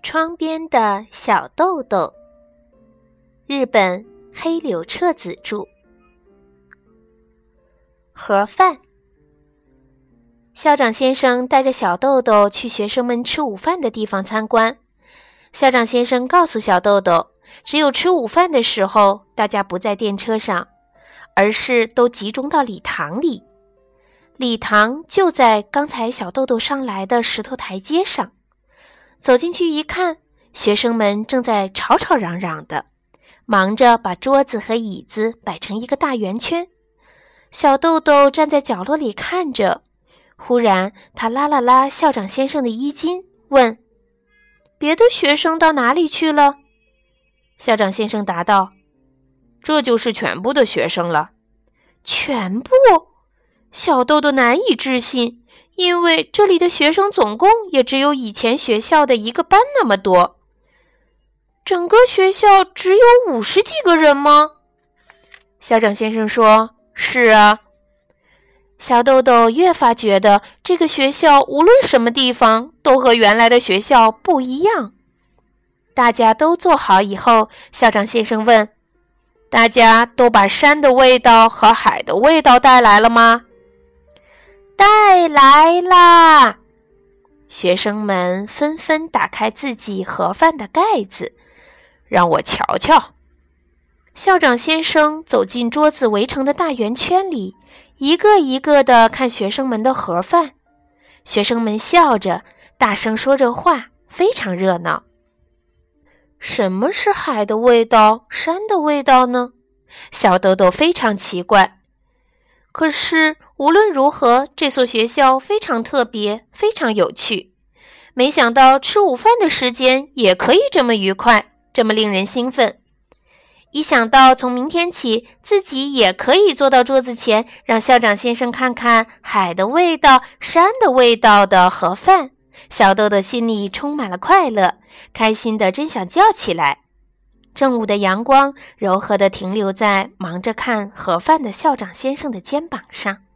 窗边的小豆豆，日本黑柳彻子著。盒饭。校长先生带着小豆豆去学生们吃午饭的地方参观。校长先生告诉小豆豆，只有吃午饭的时候，大家不在电车上，而是都集中到礼堂里。礼堂就在刚才小豆豆上来的石头台阶上。走进去一看，学生们正在吵吵嚷嚷的，忙着把桌子和椅子摆成一个大圆圈。小豆豆站在角落里看着，忽然他拉了拉校长先生的衣襟，问：别的学生到哪里去了？校长先生答道：这就是全部的学生了。全部？小豆豆难以置信，因为这里的学生总共也只有以前学校的一个班那么多。整个学校只有50几个人吗？校长先生说：是啊。小豆豆越发觉得这个学校无论什么地方都和原来的学校不一样。大家都坐好以后，校长先生问：大家都把山的味道和海的味道带来了吗？带来啦！学生们纷纷打开自己盒饭的盖子，让我瞧瞧。校长先生走进桌子围成的大圆圈里，一个一个地看学生们的盒饭。学生们笑着，大声说着话，非常热闹。什么是海的味道，山的味道呢？小豆豆非常奇怪。可是无论如何，这所学校非常特别，非常有趣。没想到吃午饭的时间也可以这么愉快，这么令人兴奋。一想到从明天起自己也可以坐到桌子前，让校长先生看看海的味道、山的味道的盒饭，小豆豆心里充满了快乐，开心得真想叫起来。正午的阳光柔和地停留在忙着看盒饭的校长先生的肩膀上。